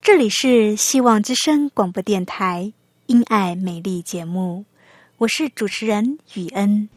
这里是希望之声广播电台因爱美丽节目，我是主持人雨恩。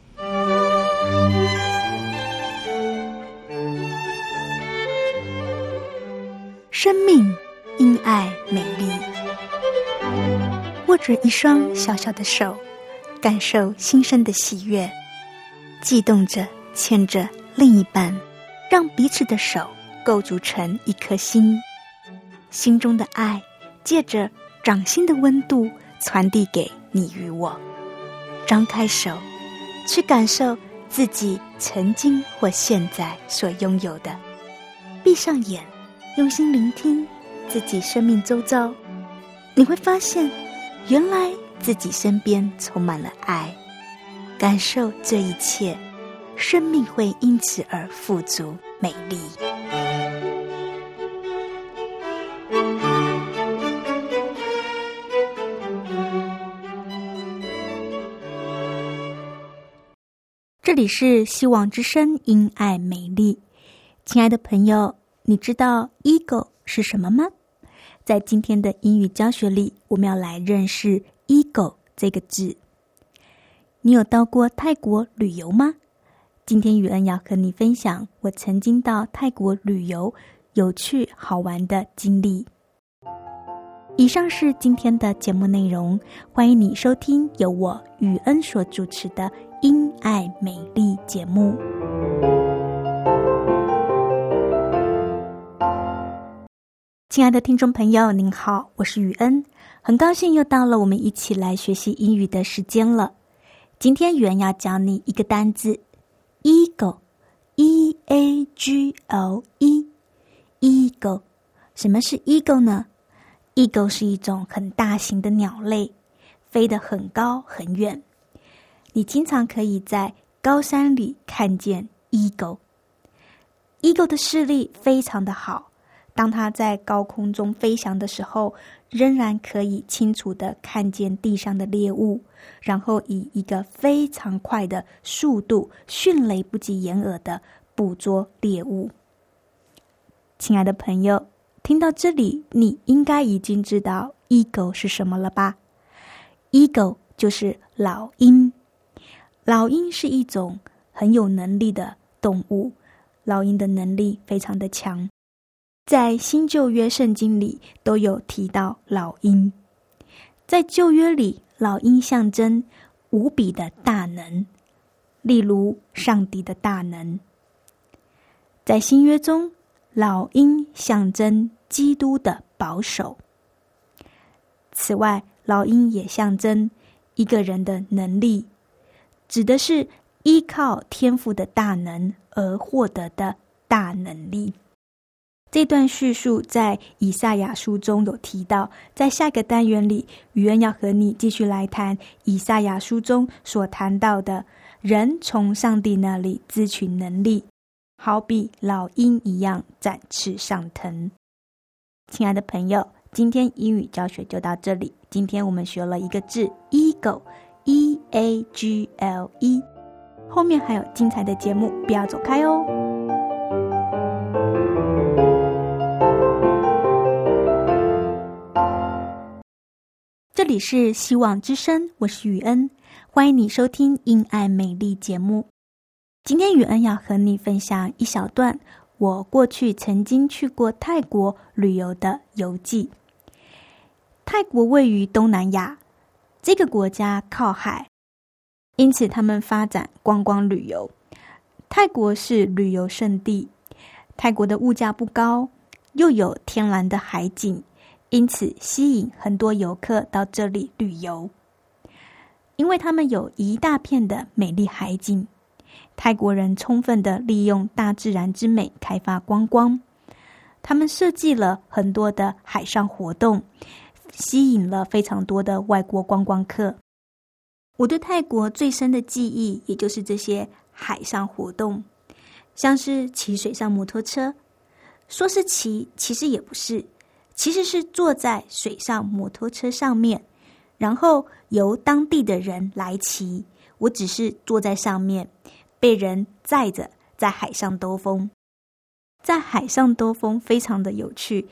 生命因爱美丽，握着一双小小的手，感受新生的喜悦，悸动着牵着另一半，让彼此的手构筑成一颗心，心中的爱借着掌心的温度传递给你与我。张开手，去感受自己曾经或现在所拥有的，闭上眼，用心聆听自己生命周遭，你会发现原来自己身边充满了爱。感受这一切，生命会因此而富足美丽。这里是希望之声因爱美丽。亲爱的朋友，你知道 ego 是什么吗？在今天的英语教学里，我们要来认识 ego 这个字。你有到过泰国旅游吗？今天雨恩要和你分享我曾经到泰国旅游有趣好玩的经历。以上是今天的节目内容，欢迎你收听由我雨恩所主持的因爱美丽节目。亲爱的听众朋友，您好，我是雨恩，很高兴又到了我们一起来学习英语的时间了。今天雨恩要教你一个单字 ego， E-A-G-L-E， ego。 什么是 ego 呢？ ego 是一种很大型的鸟类，飞得很高很远，你经常可以在高山里看见 ego。 的视力非常的好，当它在高空中飞翔的时候，仍然可以清楚地看见地上的猎物，然后以一个非常快的速度，迅雷不及掩耳地捕捉猎物。亲爱的朋友，听到这里，你应该已经知道 ego 是什么了吧？ ego 就是老鹰。老鹰是一种很有能力的动物，老鹰的能力非常的强，在新旧约圣经里都有提到老鹰。在旧约里，老鹰象征无比的大能，例如上帝的大能。在新约中，老鹰象征基督的保守。此外，老鹰也象征一个人的能力，指的是依靠天父的大能而获得的大能力。这段叙述在以赛亚书中有提到，在下个单元里，雨恩要和你继续来谈以赛亚书中所谈到的人从上帝那里支取能力，好比老鹰一样展翅上腾。亲爱的朋友，今天英语教学就到这里。今天我们学了一个字 ego， E-A-G-L-E， 后面还有精彩的节目，不要走开哦。这里是希望之声，我是雨恩，欢迎你收听因爱美丽节目。今天雨恩要和你分享一小段我过去曾经去过泰国旅游的游记。泰国位于东南亚，这个国家靠海，因此他们发展观光旅游。泰国是旅游胜地，泰国的物价不高，又有天然的海景，因此吸引很多游客到这里旅游。因为他们有一大片的美丽海景，泰国人充分地利用大自然之美开发观光，他们设计了很多的海上活动，吸引了非常多的外国观光客。我对泰国最深的记忆也就是这些海上活动，像是骑水上摩托车，说是骑，其实也不是，其实是坐在水上摩托车上面，然后由当地的人来骑，我只是坐在上面，被人载着在海上兜风。在海上兜风非常的有趣，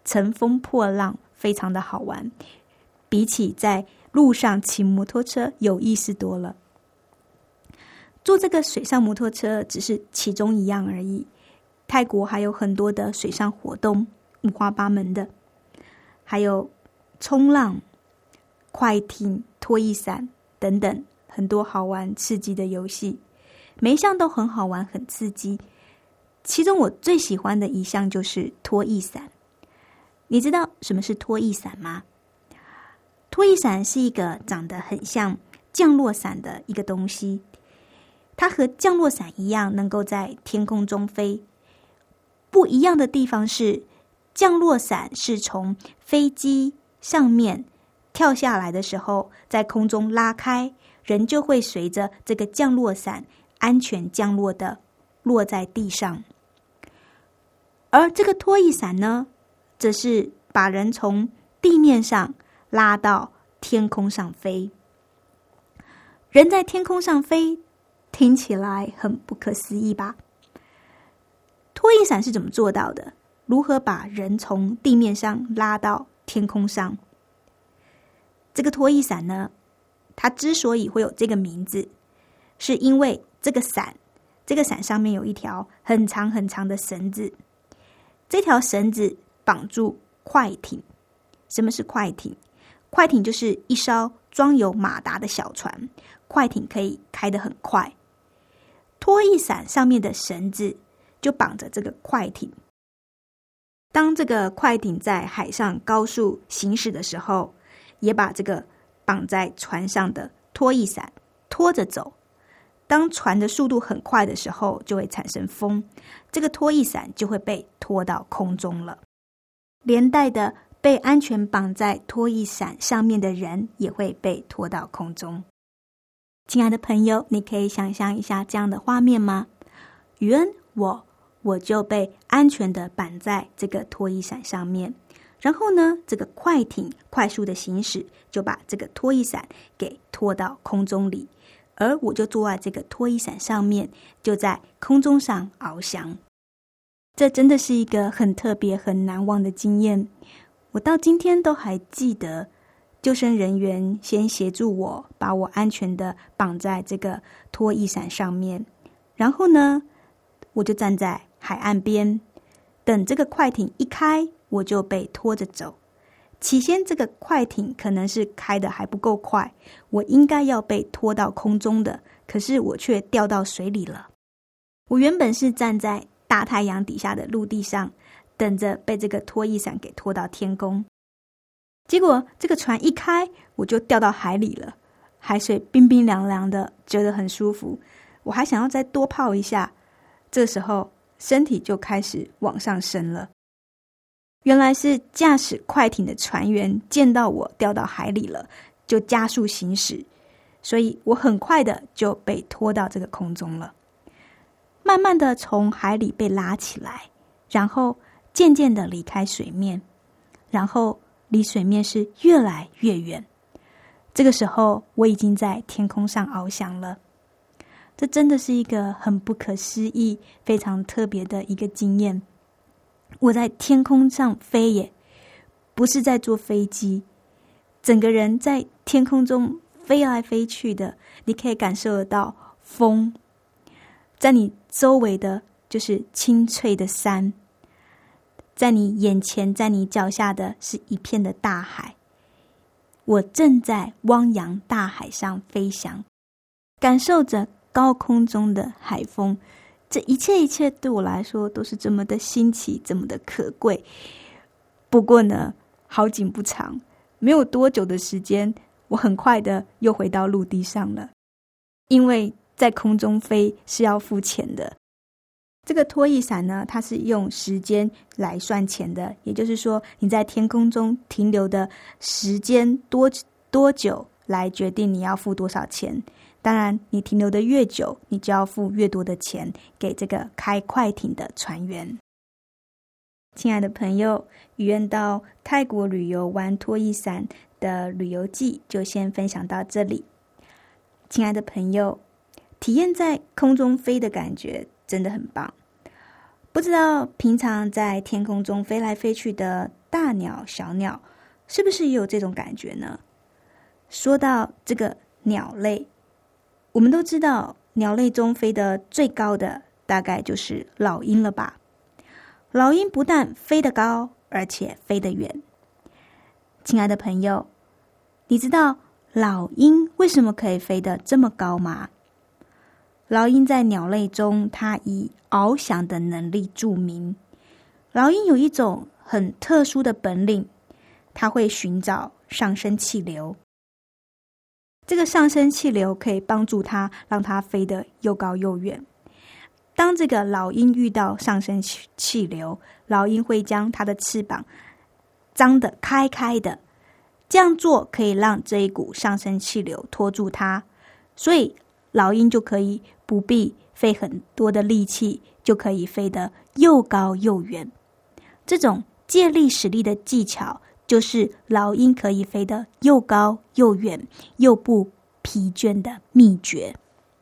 乘风破浪，非常的好玩，比起在路上骑摩托车有意思多了。坐这个水上摩托车只是其中一样而已，泰国还有很多的水上活动，五花八门的，还有冲浪、快艇、拖衣伞等等，很多好玩刺激的游戏，每一项都很好玩很刺激。其中我最喜欢的一项就是拖衣伞。你知道什么是拖衣伞吗？拖衣伞是一个长得很像降落伞的一个东西，它和降落伞一样能够在天空中飞。不一样的地方是，降落伞是从飞机上面跳下来的时候，在空中拉开，人就会随着这个降落伞安全降落的落在地上。而这个拖衣伞呢，则是把人从地面上拉到天空上飞。人在天空上飞，听起来很不可思议吧？拖衣伞是怎么做到的？如何把人从地面上拉到天空上？这个拖衣伞呢，它之所以会有这个名字，是因为这个伞上面有一条很长很长的绳子，这条绳子绑住快艇。什么是快艇？快艇就是一艘装有马达的小船，快艇可以开得很快。拖衣伞上面的绳子就绑着这个快艇。当这个快艇在海上高速行驶的时候，也把这个绑在船上的拖衣伞拖着走。当船的速度很快的时候，就会产生风，这个拖衣伞就会被拖到空中了，连带的被安全绑在拖衣伞上面的人也会被拖到空中。亲爱的朋友，你可以想象一下这样的画面吗？宇恩，我就被安全的绑在这个拖衣伞上面，然后呢，这个快艇快速的行驶，就把这个拖衣伞给拖到空中里，而我就坐在这个拖衣伞上面，就在空中上翱翔。这真的是一个很特别很难忘的经验，我到今天都还记得，救生人员先协助我把我安全的绑在这个拖衣伞上面，然后呢，我就站在海岸边，等这个快艇一开，我就被拖着走。起先这个快艇可能是开得还不够快，我应该要被拖到空中的，可是我却掉到水里了。我原本是站在大太阳底下的陆地上，等着被这个拖衣伞给拖到天空。结果这个船一开，我就掉到海里了，海水冰冰凉凉的，觉得很舒服。我还想要再多泡一下，这时候身体就开始往上升了。原来是驾驶快艇的船员见到我掉到海里了，就加速行驶，所以我很快的就被拖到这个空中了，慢慢的从海里被拉起来，然后渐渐的离开水面，然后离水面是越来越远。这个时候我已经在天空上翱翔了。这真的是一个很不可思议非常特别的一个经验。我在天空上飞耶，不是在坐飞机，整个人在天空中飞来飞去的，你可以感受得到风，在你周围的就是青翠的山，在你眼前在你脚下的是一片的大海。我正在汪洋大海上飞翔，感受着高空中的海风，这一切对我来说都是这么的新奇，这么的可贵。不过呢，好景不长，没有多久的时间，我很快的又回到陆地上了。因为在空中飞是要付钱的，这个拖衣伞呢，它是用时间来算钱的，也就是说你在天空中停留的时间多久来决定你要付多少钱。当然你停留的越久，你就要付越多的钱给这个开快艇的船员。亲爱的朋友，宇恩到泰国旅游玩拖衣伞的旅游记就先分享到这里。亲爱的朋友，体验在空中飞的感觉真的很棒。不知道平常在天空中飞来飞去的大鸟、小鸟，是不是也有这种感觉呢？说到这个鸟类，我们都知道鸟类中飞得最高的大概就是老鹰了吧。老鹰不但飞得高，而且飞得远。亲爱的朋友，你知道老鹰为什么可以飞得这么高吗？老鹰在鸟类中，它以翱翔的能力著名。老鹰有一种很特殊的本领，它会寻找上升气流。这个上升气流可以帮助它，让它飞得又高又远。当这个老鹰遇到上升气流，老鹰会将它的翅膀张得开开的，这样做可以让这一股上升气流拖住它，所以老鹰就可以不必费很多的力气，就可以飞得又高又远。这种借力使力的技巧，就是老鹰可以飞得又高又远又不疲倦的秘诀。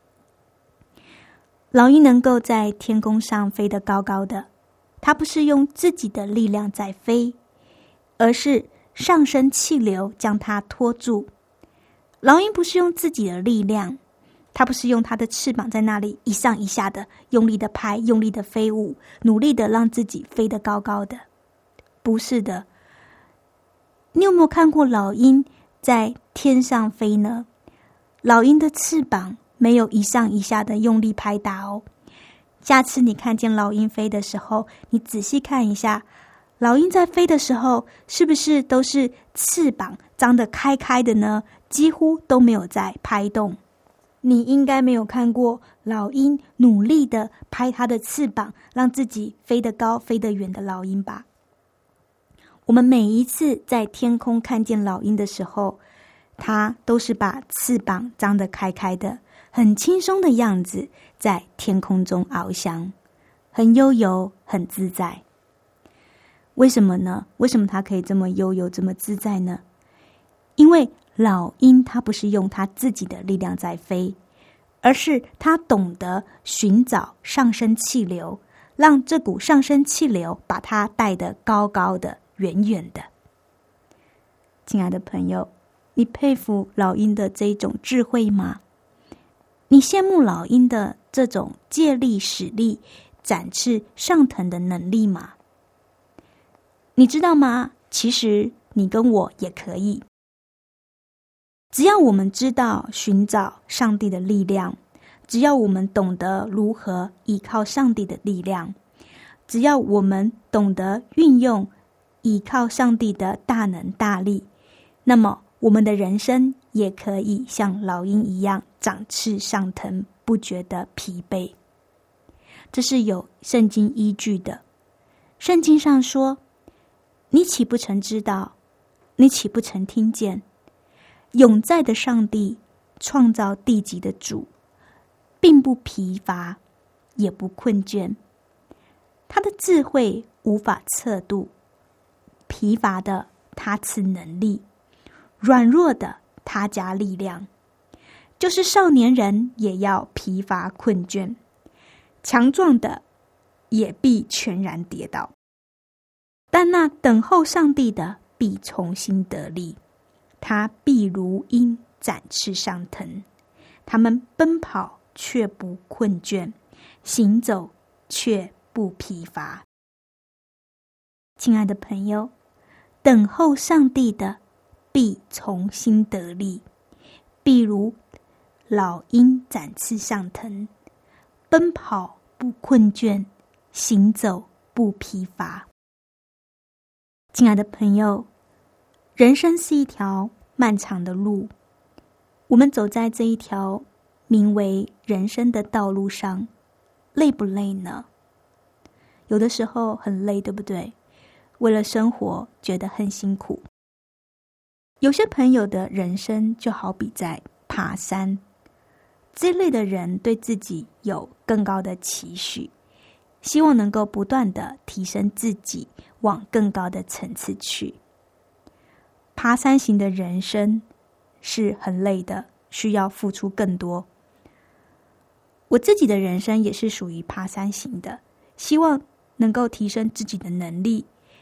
老鹰能够在天空上飞得高高的，它不是用自己的力量在飞，而是上升气流将它拖住。老鹰不是用自己的力量，它不是用它的翅膀在那里一上一下的用力的拍，用力的飞舞，努力的让自己飞得高高的。不是的。你有没有看过老鹰在天上飞呢？老鹰的翅膀没有一上一下的用力拍打哦。下次你看见老鹰飞的时候，你仔细看一下，老鹰在飞的时候是不是都是翅膀张得开开的呢？几乎都没有在拍动。你应该没有看过老鹰努力的拍它的翅膀，让自己飞得高飞得远的老鹰吧？我们每一次在天空看见老鹰的时候，它都是把翅膀张得开开的，很轻松的样子，在天空中翱翔，很悠游，很自在。为什么呢？为什么它可以这么悠游，这么自在呢？因为老鹰它不是用它自己的力量在飞，而是它懂得寻找上升气流，让这股上升气流把它带得高高的，远远的。亲爱的朋友，你佩服老鹰的这种智慧吗？你羡慕老鹰的这种借力使力、展翅上腾的能力吗？你知道吗？其实你跟我也可以。只要我们知道寻找上帝的力量，只要我们懂得如何依靠上帝的力量，只要我们懂得运用依靠上帝的大能大力，那么我们的人生也可以像老鹰一样展翅上腾，不觉得疲惫。这是有圣经依据的。圣经上说，你岂不曾知道，你岂不曾听见，永在的上帝，创造地极的主，并不疲乏，也不困倦。他的智慧无法测度，疲乏的他赐能力，软弱的他加力量。就是少年人也要疲乏困倦，强壮的也必全然跌倒。但那等候上帝的必重新得力，他必如鹰展翅上腾，他们奔跑却不困倦，行走却不疲乏。亲爱的朋友，等候上帝的必重新得力，必如老鹰展翅上腾，奔跑不困倦，行走不疲乏。亲爱的朋友，人生是一条漫长的路，我们走在这一条名为人生的道路上，累不累呢？有的时候很累，对不对？为了生活觉得很辛苦。有些朋友的人生就好比在爬山，这类的人对自己有更高的期许，希望能够不断的提升自己，往更高的层次去。爬山型的人生是很累的，需要付出更多。我自己的人生也是属于爬山型的，希望能够提升自己的能力，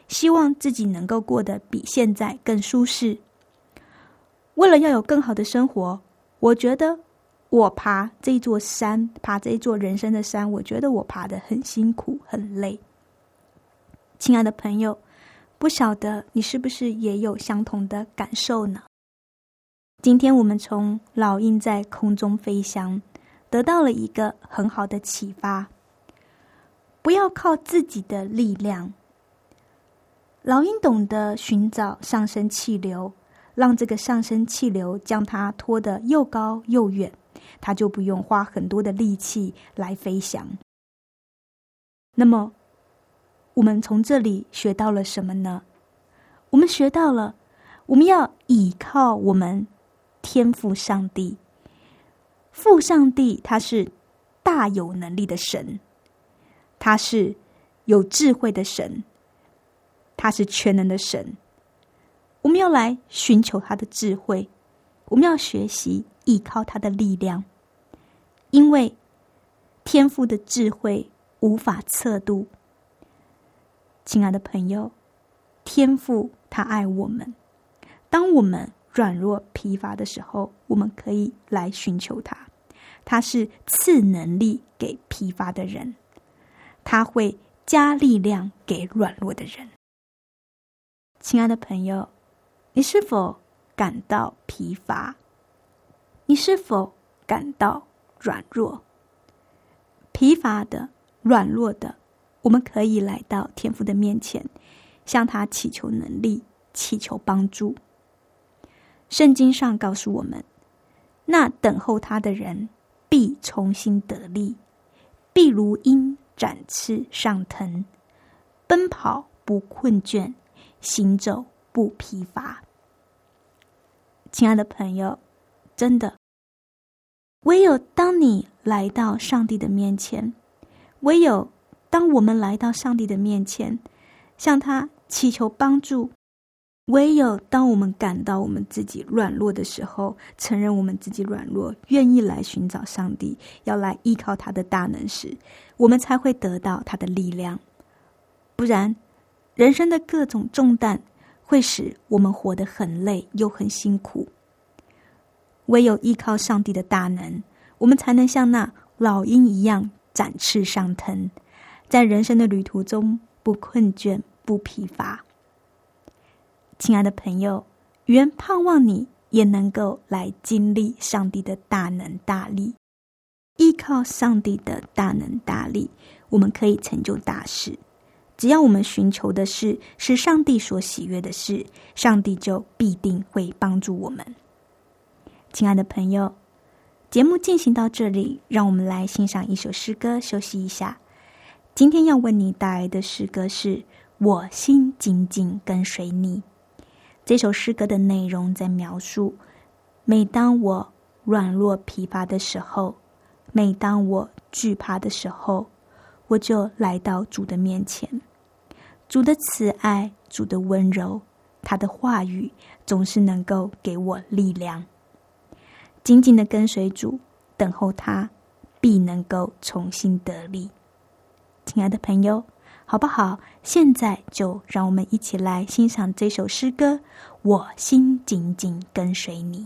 希望自己能够过得比现在更舒适。为了要有更好的生活，我觉得我爬这一座山，爬这一座人生的山，我觉得我爬得很辛苦很累。亲爱的朋友，不晓得你是不是也有相同的感受呢？今天我们从老鹰在空中飞翔得到了一个很好的启发，不要靠自己的力量。老鹰懂得寻找上升气流，让这个上升气流将它拖得又高又远，它就不用花很多的力气来飞翔。那么我们从这里学到了什么呢？我们学到了我们要倚靠我们天父上帝。父上帝他是大有能力的神，他是有智慧的神，他是全能的神。我们要来寻求他的智慧，我们要学习依靠他的力量，因为天父的智慧无法测度。亲爱的朋友，天父他爱我们，当我们软弱疲乏的时候，我们可以来寻求他。他是赐能力给疲乏的人，他会加力量给软弱的人。亲爱的朋友，你是否感到疲乏？你是否感到软弱？疲乏的、软弱的，我们可以来到天父的面前，向他祈求能力，祈求帮助。圣经上告诉我们，那等候他的人必重新得力，必如鹰展翅上腾，奔跑不困倦，行走不疲乏。亲爱的朋友，真的，唯有当你来到上帝的面前，唯有当我们来到上帝的面前，向他祈求帮助，唯有当我们感到我们自己软弱的时候，承认我们自己软弱，愿意来寻找上帝，要来依靠他的大能时，我们才会得到他的力量。不然，人生的各种重担会使我们活得很累又很辛苦。唯有依靠上帝的大能，我们才能像那老鹰一样展翅上腾，在人生的旅途中不困倦不疲乏。亲爱的朋友，愿盼望你也能够来经历上帝的大能大力。依靠上帝的大能大力，我们可以成就大事。只要我们寻求的是上帝所喜悦的事，上帝就必定会帮助我们。亲爱的朋友，节目进行到这里，让我们来欣赏一首诗歌，休息一下。今天要为你带来的诗歌是我心紧紧跟随你。这首诗歌的内容在描述，每当我软弱疲乏的时候，每当我惧怕的时候，我就来到主的面前。主的慈爱，主的温柔，他的话语总是能够给我力量。紧紧的跟随主，等候他，必能够重新得力。亲爱的朋友，好不好？现在就让我们一起来欣赏这首诗歌，我心紧紧跟随你。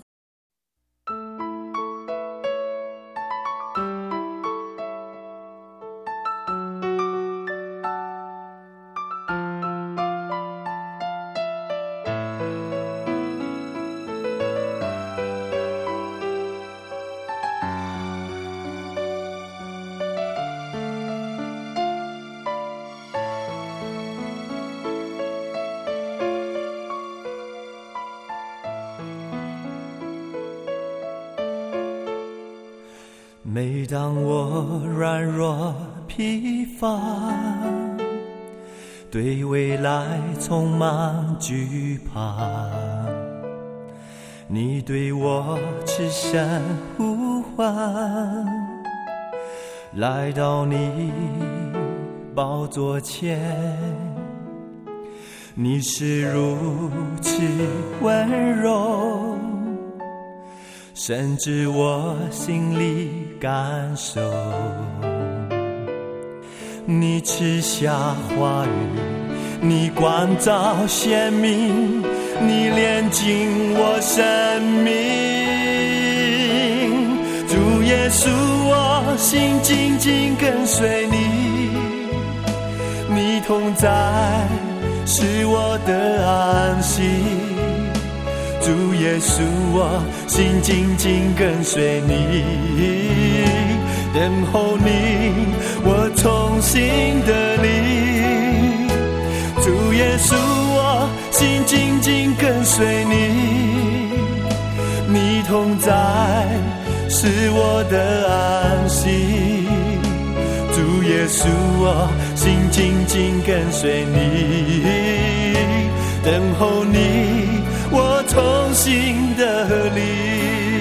每当我软弱疲乏，对未来充满惧怕，你对我痴声呼唤，来到你宝座前，你是如此温柔，甚至我心里感受，你赐下话语你光照鲜明，你炼净我生命。主耶稣，我心紧紧跟随你，你同在是我的安息。主耶稣，我心紧紧跟随你，等候你，我重新得力。主耶稣，我心紧紧跟随你，你同在是我的安息。主耶稣，我心紧紧跟随你，等候你，我重新得力。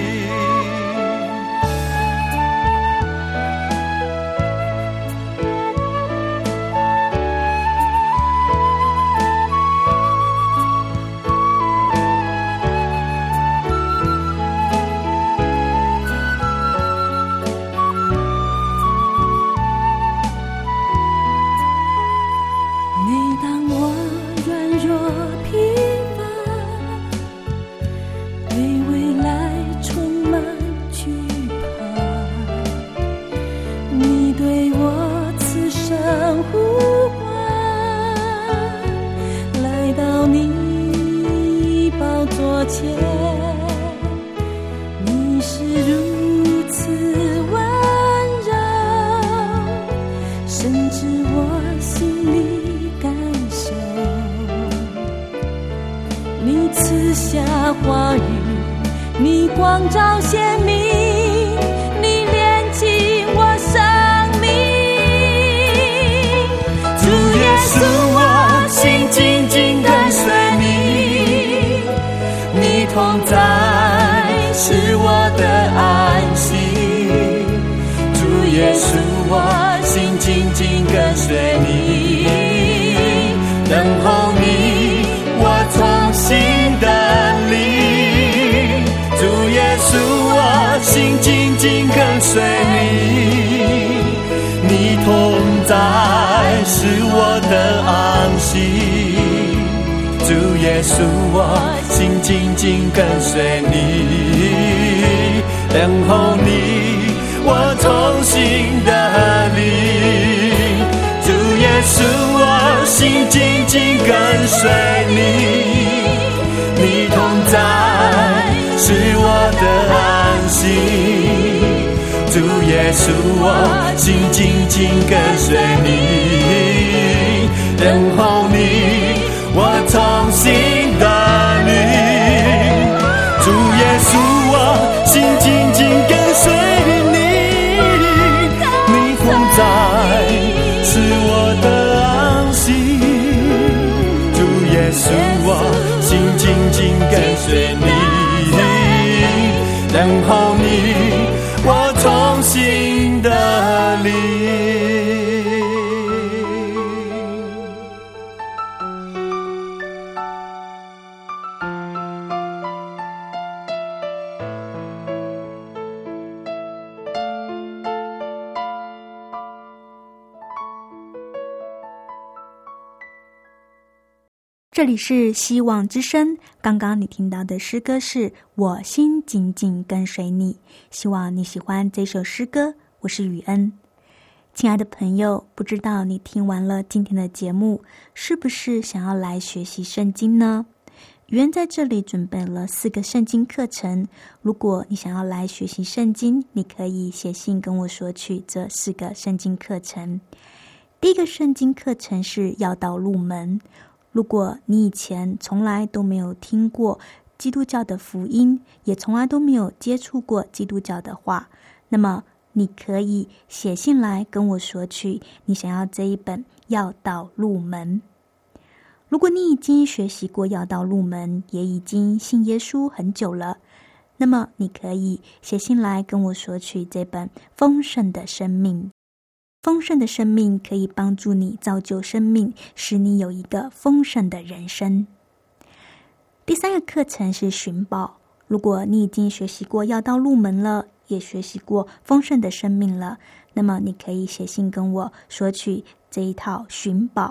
这里是希望之声，刚刚你听到的诗歌是我心紧紧跟随你，希望你喜欢这首诗歌。我是雨恩。亲爱的朋友，不知道你听完了今天的节目，是不是想要来学习圣经呢？雨恩在这里准备了4个圣经课程，如果你想要来学习圣经，你可以写信跟我索取这4个圣经课程。第一个圣经课程是要道入门，如果你以前从来都没有听过基督教的福音，也从来都没有接触过基督教的话，那么你可以写信来跟我索取你想要这一本要道入门。如果你已经学习过要道入门，也已经信耶稣很久了，那么你可以写信来跟我索取这本丰盛的生命。丰盛的生命可以帮助你造就生命，使你有一个丰盛的人生。第3个课程是寻宝，如果你已经学习过要道入门了，也学习过丰盛的生命了，那么你可以写信跟我索取这一套寻宝。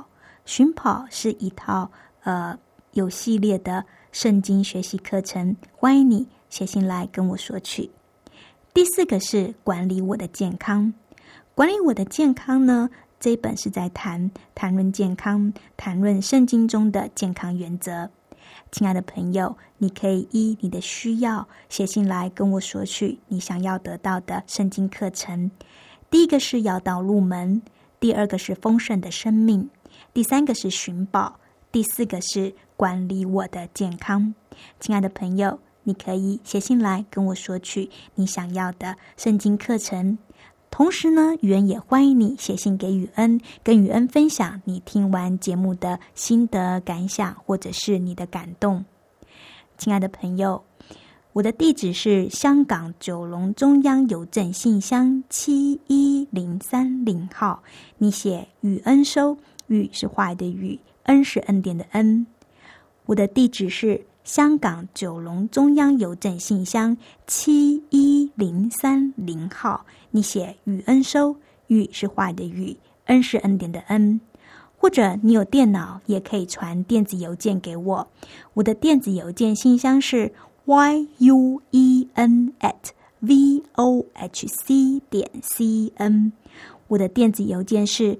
寻跑是一套有系列的圣经学习课程，欢迎你写信来跟我索取。第4个是管理我的健康。管理我的健康呢，这一本是在谈论健康，谈论圣经中的健康原则。亲爱的朋友，你可以依你的需要写信来跟我索取你想要得到的圣经课程。第1个是要道入门，第2个是丰盛的生命，第3个是寻宝，第4个是管理我的健康。亲爱的朋友，你可以写信来跟我索取你想要的圣经课程。同时呢，宇恩也欢迎你写信给宇恩，跟宇恩分享你听完节目的心得感想，或者是你的感动。亲爱的朋友，我的地址是香港九龙中央邮政信箱71030号，你写宇恩收，宇是话的宇，恩是恩典的恩。我的地址是香港九龙中央邮政信箱71030号，你写宇恩收，宇是话的宇，恩是恩典的恩。或者你有电脑也可以传电子邮件给我，我的电子邮件信箱是 yuen@vohc.cn， 我的电子邮件是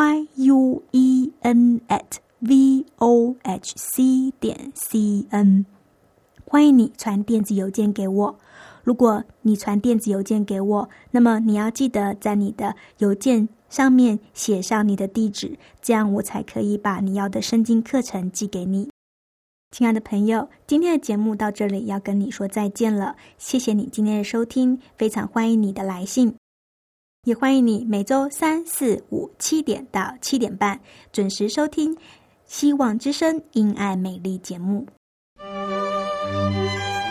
yuen@vohc.cn， 欢迎你传电子邮件给我。如果你传电子邮件给我，那么你要记得在你的邮件上面写上你的地址，这样我才可以把你要的圣经课程寄给你。亲爱的朋友，今天的节目到这里要跟你说再见了，谢谢你今天的收听，非常欢迎你的来信，也欢迎你每周3、4、5、7点到7点半准时收听希望之声因爱美丽节目。